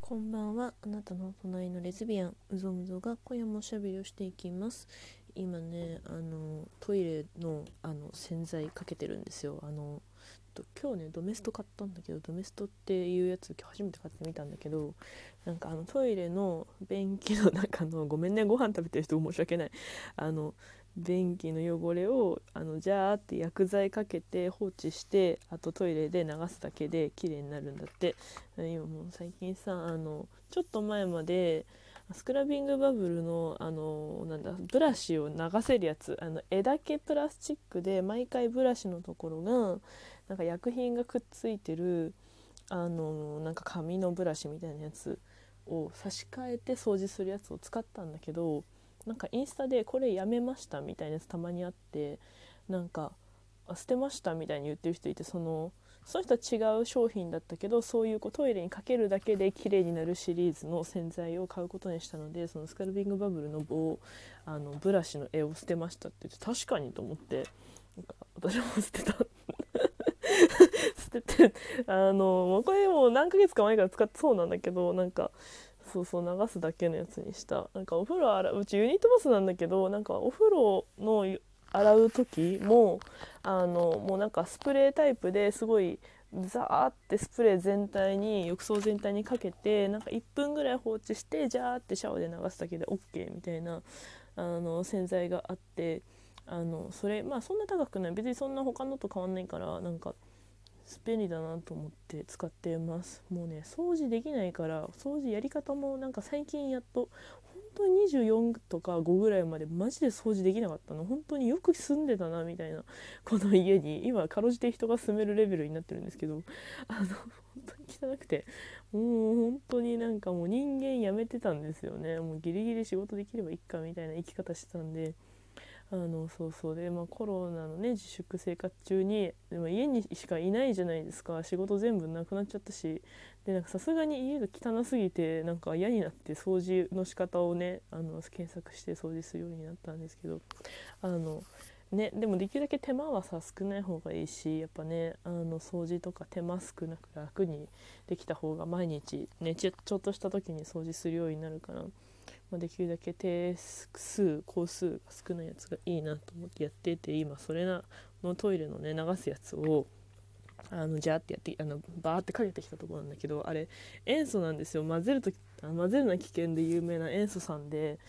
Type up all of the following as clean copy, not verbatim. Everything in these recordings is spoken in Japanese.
こんばんは。あなたの隣のレズビアンうぞむぞが今夜もおしゃべりをしていきます。今ね、トイレの洗剤かけてるんですよ。今日ねドメスト買ったんだけど、ドメストっていうやつ今日初めて買ってみたんだけど、なんかトイレの便器の中の、ごめんね、ご飯食べてる人申し訳ない、あの便器の汚れをジャーって薬剤かけて放置して、あとトイレで流すだけで綺麗になるんだって。今もう最近さ、ちょっと前までスクラビングバブルのなんだ、ブラシを流せるやつ、柄だけプラスチックで毎回ブラシのところがなんか薬品がくっついてるなんか紙のブラシみたいなやつを差し替えて掃除するやつを使ったんだけど、なんかインスタでこれやめましたみたいなやつたまにあって、なんか捨てましたみたいに言ってる人いて、その人は違う商品だったけど、そういうトイレにかけるだけで綺麗になるシリーズの洗剤を買うことにしたので、そのスカルビングバブルの棒、ブラシの絵を捨てましたって言って、確かにと思って、なんか私も捨てた捨ててもうこれもう何ヶ月か前から使ってそうなんだけど、なんかそうそう流すだけのやつにした。なんかお風呂うちユニットバスなんだけど、なんかお風呂の洗う時ももうなんかスプレータイプですごいザーってスプレー全体に、浴槽全体にかけて、なんか1分ぐらい放置してジャーってシャワーで流すだけで OK みたいな洗剤があって、それまあそんな高くない、別にそんな他のと変わんないから、なんか便利だなと思って使ってます。もうね、掃除できないから、掃除やり方もなんか最近やっと、本当に24とか5ぐらいまでマジで掃除できなかったの。本当によく住んでたなみたいな、この家に今かろうじて人が住めるレベルになってるんですけど、本当に汚くて、もう本当になんかもう人間やめてたんですよね。もうギリギリ仕事できればいいかみたいな生き方してたんで、そうそうで、まあ、コロナのね自粛生活中にでも家にしかいないじゃないですか。仕事全部なくなっちゃったし、でなんかさすがに家が汚すぎてなんか嫌になって、掃除の仕方をね検索して掃除するようになったんですけど、あのでもできるだけ手間はさ少ない方がいいし、やっぱね掃除とか手間少なく楽にできた方が毎日ねちょっとした時に掃除するようになるから、まあ、できるだけ工数が少ないやつがいいなと思ってやってて、今それのトイレのね流すやつをジャーってやってバーってかけてきたところなんだけど、あれ塩素なんですよ。混ぜるな危険で有名な塩素さんで、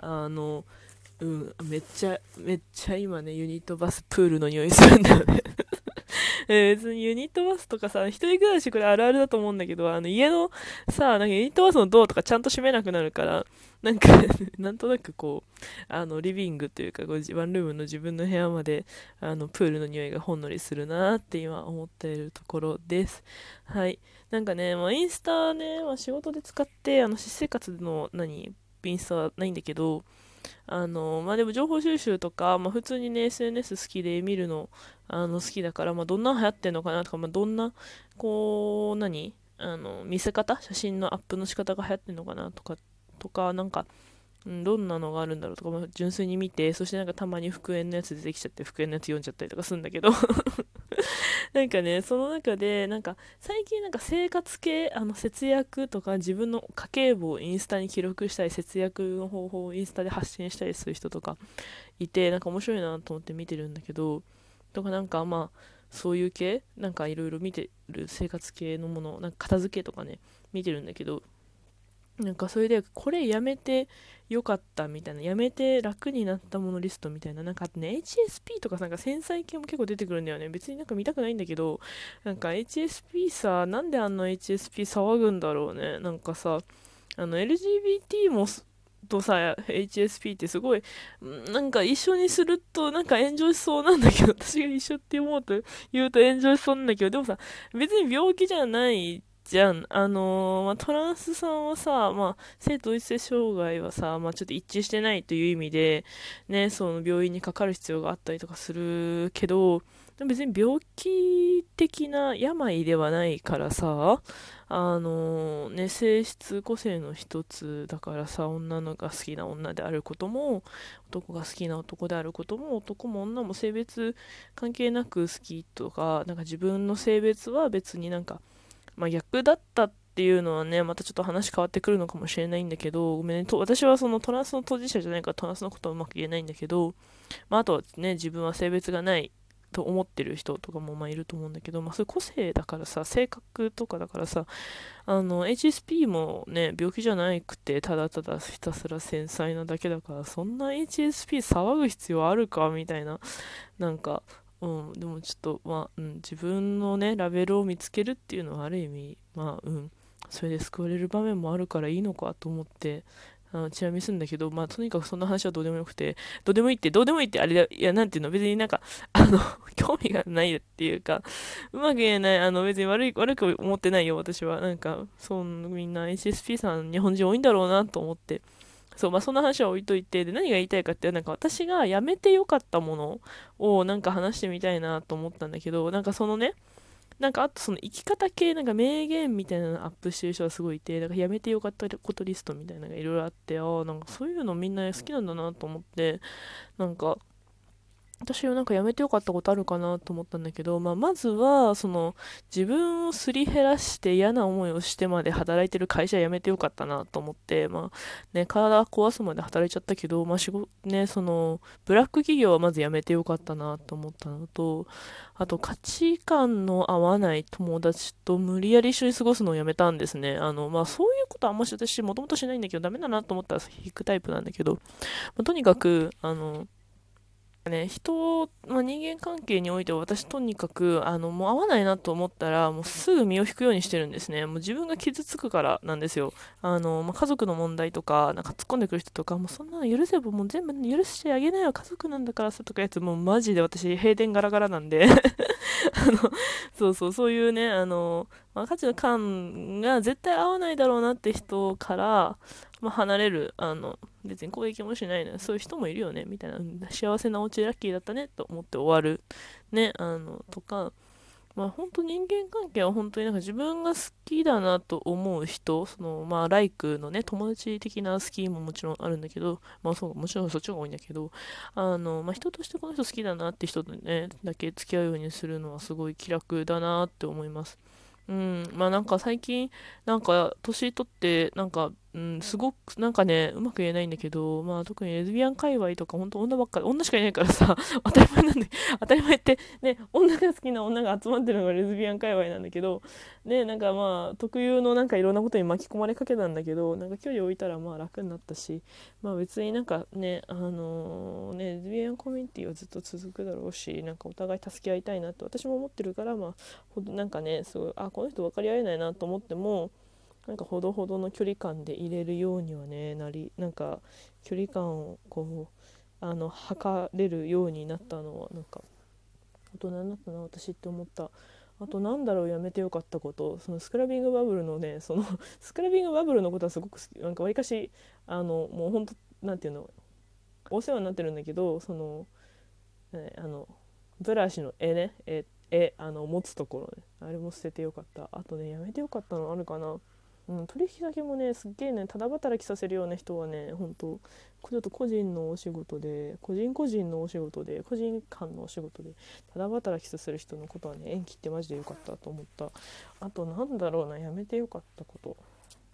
めっちゃ今ねユニットバスプールの匂いするんだよね。別にユニットバスとかさ、一人暮らしこれあるあるだと思うんだけど、家のさ、なんかユニットバスのドアとかちゃんと閉めなくなるから、なんかなんとなくこう、リビングというか、ワンルームの自分の部屋まで、プールの匂いがほんのりするなって今思っているところです。はい。なんかね、まあ、インスタね、まあ、仕事で使って、私生活のインスタはないんだけど、まあでも情報収集とか、まあ普通にね、SNS 好きで見るの、好きだから、まあどんな流行ってんのかなとか、まあどんな、こう、見せ方写真のアップの仕方が流行ってんのかなとか、なんか、どんなのがあるんだろうとか、まあ、純粋に見て、そしてなんかたまに復縁のやつ出てきちゃって、復縁のやつ読んじゃったりとかするんだけど、なんかね、その中で、なんか、最近なんか生活系、節約とか自分の家計簿をインスタに記録したり、節約の方法をインスタで発信したりする人とかいて、なんか面白いなと思って見てるんだけど、とかなんかまあ、そういう系、なんかいろいろ見てる生活系のもの、なんか片付けとかね、見てるんだけど、なんかそれでこれやめてよかったみたいな、やめて楽になったものリストみたいな、なんかあとね HSP とかなんか繊細系も結構出てくるんだよね。別になんか見たくないんだけど、なんか HSP さ、なんであんな HSP 騒ぐんだろうね。なんかさ、LGBT もとさ HSP ってすごいなんか一緒にするとなんか炎上しそうなんだけど、私が一緒って言うと炎上しそうなんだけど、でもさ、別に病気じゃないじゃん。まあ、トランスさんはさ、まあ、性同一性障害はさ、まあ、ちょっと一致してないという意味で、ね、その病院にかかる必要があったりとかするけど、別に病気的な病ではないからさ、性質個性の一つだからさ、女のが好きな女であることも、男が好きな男であることも、男も女も性別関係なく好きとか、なんか自分の性別は別になんか、まあ、逆だったっていうのはね、またちょっと話変わってくるのかもしれないんだけど、ごめんね、私はそのトランスの当事者じゃないからトランスのことはうまく言えないんだけど、あとはね、自分は性別がないと思ってる人とかもいると思うんだけど、そういう個性だからさ、性格とかだからさ、HSP もね、病気じゃなくて、ただただひたすら繊細なだけだから、そんな HSP 騒ぐ必要あるかみたいな、なんか、でもちょっと、自分のね、ラベルを見つけるっていうのはある意味、それで救われる場面もあるからいいのかと思って、チラ見するんだけど、とにかくそんな話はどうでもよくて、どうでもいいってあれだ、いや、なんていうの、別になんか、興味がないっていうか、うまく言えない、別に悪く思ってないよ、私は。なんか、みんな HSP さん、日本人多いんだろうなと思って、そう、そんな話は置いといて、で、何が言いたいかって、なんか私がやめてよかったものをなんか話してみたいなと思ったんだけど、なんかそのね、なんかあとその生き方系、なんか名言みたいなのアップしてる人がすごいいて、なんかやめてよかったことリストみたいなのがいろいろあって、なんかそういうのみんな好きなんだなと思って、なんか私はなんかやめてよかったことあるかなと思ったんだけど、まずは、自分をすり減らして嫌な思いをしてまで働いてる会社辞めてよかったなと思って、体壊すまで働いちゃったけど、仕事、ね、ブラック企業はまず辞めてよかったなと思ったのと、あと価値観の合わない友達と無理やり一緒に過ごすのをやめたんですね。そういうことはあんまし私もともとしないんだけど、ダメだなと思ったら引くタイプなんだけど、とにかく、人間関係においては私とにかく、もう合わないなと思ったら、もうすぐ身を引くようにしてるんですね。もう自分が傷つくからなんですよ。家族の問題とか、なんか突っ込んでくる人とか、もうそんなの許せばもう全部許してあげなよ、家族なんだからさとかやつ、もうマジで私、閉店ガラガラなんでの、そういうね、価値観が絶対合わないだろうなって人から、離れる、別に攻撃もしないの、そういう人もいるよね、みたいな、幸せなお家ラッキーだったね、と思って終わる、ね、とか、本当人間関係は本当になんか自分が好きだなと思う人、ライクのね、友達的な好きももちろんあるんだけど、そう、もちろんそっちが多いんだけど、人としてこの人好きだなって人とね、だけ付き合うようにするのはすごい気楽だなって思います。なんか最近、なんか年取って、なんか、すごく、なんかね、うまく言えないんだけど、特にレズビアン界隈とか、本当女ばっかり、女しかいないからさ、当たり前なんで、当たり前ってね、女が好きな女が集まってるのがレズビアン界隈なんだけど、ね、なんか特有のなんかいろんなことに巻き込まれかけたんだけど、なんか距離を置いたら楽になったし、別になんかね、レズビアンコミュニティはずっと続くだろうし、なんかお互い助け合いたいなって私も思ってるから、なんかね、すごい、この人分かり合えないなと思っても、なんかほどほどの距離感で入れるようにはね、なんか距離感をこう、測れるようになったのは、なんか大人になったな私って思った。あとなんだろう、やめてよかったこと、そのスクラビングバブルのね、スクラビングバブルのことはすごく好き、なんかわりかしもうほんとなんていうの、お世話になってるんだけど、ブラシの絵ね、持つところね、あれも捨ててよかった。あとね、やめてよかったのあるかな。取引先もね、すっげえね、ただ働きさせるような人はね、本当ちょっと個人のお仕事で、個人のお仕事で、個人間のお仕事で、ただ働きさせる人のことはね、縁切ってマジでよかったと思った。あとなんだろうな、やめてよかったこと。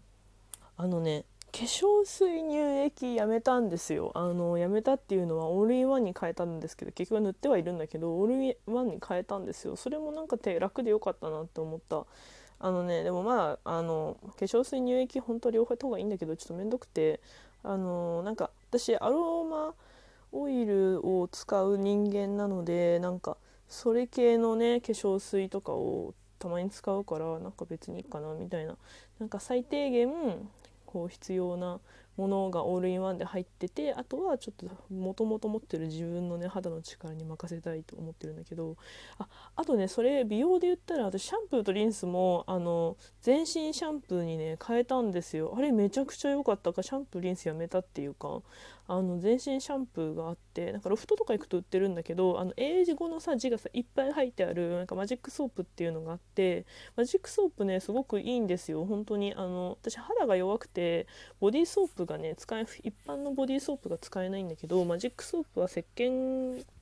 化粧水乳液やめたんですよ。やめたっていうのはオールインワンに変えたんですけど、結局塗ってはいるんだけど、オールインワンに変えたんですよ。それもなんか楽でよかったなって思った。でも化粧水乳液本当は両方やった方がいいんだけど、ちょっとめんどくて、なんか私アロマオイルを使う人間なので、なんかそれ系のね化粧水とかをたまに使うから、なんか別にいいかなみたいな、なんか最低限こう必要なものがオールインワンで入ってて、あとはちょっともともと持ってる自分のね肌の力に任せたいと思ってるんだけど、あとね、それ美容で言ったら、私シャンプーとリンスも全身シャンプーにね変えたんですよ。あれめちゃくちゃ良かったから、シャンプーリンスやめたっていうか、全身シャンプーがあって、なんかロフトとか行くと売ってるんだけど、英語のさ字がさいっぱい入ってあるなんかマジックソープっていうのがあって、マジックソープねすごくいいんですよ本当に。私肌が弱くてボディーソープがね一般のボディーソープが使えないんだけど、マジックソープは石鹸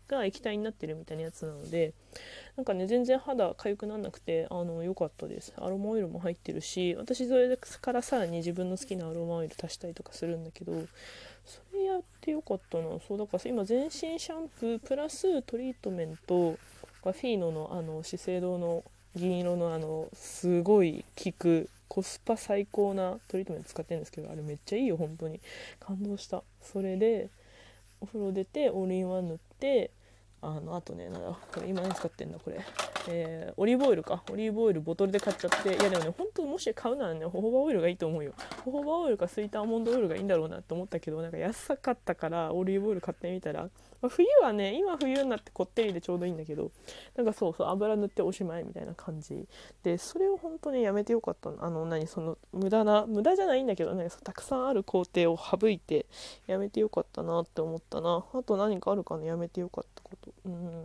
が液体になってるみたいなやつなので、なんかね全然肌痒くなんなくて良かったです。アロマオイルも入ってるし、私それからさらに自分の好きなアロマオイル足したりとかするんだけど、それやってよかったな。そうだから今全身シャンプープラストリートメントがフィーノの資生堂の銀色のすごい効くコスパ最高なトリートメント使ってるんですけど、あれめっちゃいいよ本当に。感動した。それでお風呂出てオールインワン塗って、あとね、なんだこれ今何使ってんだこれ、オリーブオイルか。オリーブオイルボトルで買っちゃって、いやでもね本当もし買うならねホホバオイルがいいと思うよ。ホホバオイルかスイートアーモンドオイルがいいんだろうなって思ったけど、なんか安かったからオリーブオイル買ってみたら、冬はね今冬になってこってりでちょうどいいんだけど、なんかそうそう油塗っておしまいみたいな感じで、それを本当にやめてよかったの。その無駄じゃないんだけどね、たくさんある工程を省いてやめてよかったなって思ったな。あと何かあるかな、やめてよかったこと。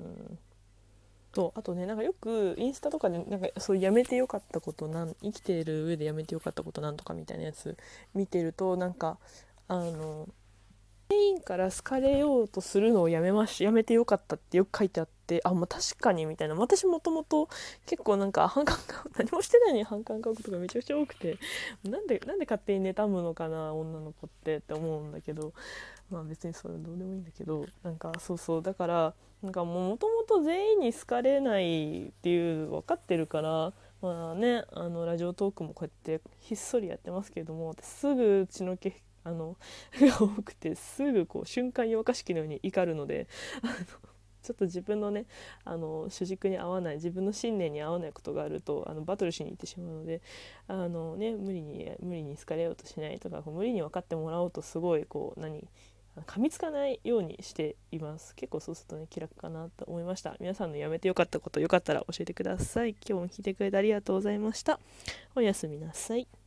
あとね、なんかよくインスタとかでなんかそうやめてよかったこと生きている上でやめてよかったことなんとかみたいなやつ見てると、なんか全員から好かれようとするのをやめてよかったってよく書いてあって、まあ、確かにみたいな。私もともと結構なんか何もしてないのに反感買うことがめちゃくちゃ多くて、なんで勝手に妬むのかな女の子って思うんだけど、まあ別にそれどうでもいいんだけど、なんかそうそうだから、なんかもともと全員に好かれないっていう分かってるから、まあね、ラジオトークもこうやってひっそりやってますけども、すぐ血の気が多くて、すぐこう瞬間湯沸かし器のように怒るので、ちょっと自分のね主軸に合わない、自分の信念に合わないことがあるとバトルしに行ってしまうので、無理に好かれようとしないとか、無理に分かってもらおうとすごい噛みつかないようにしています。結構そうするとね気楽かなと思いました。皆さんのやめてよかったことよかったら教えてください。今日も聞いてくれてありがとうございました。おやすみなさい。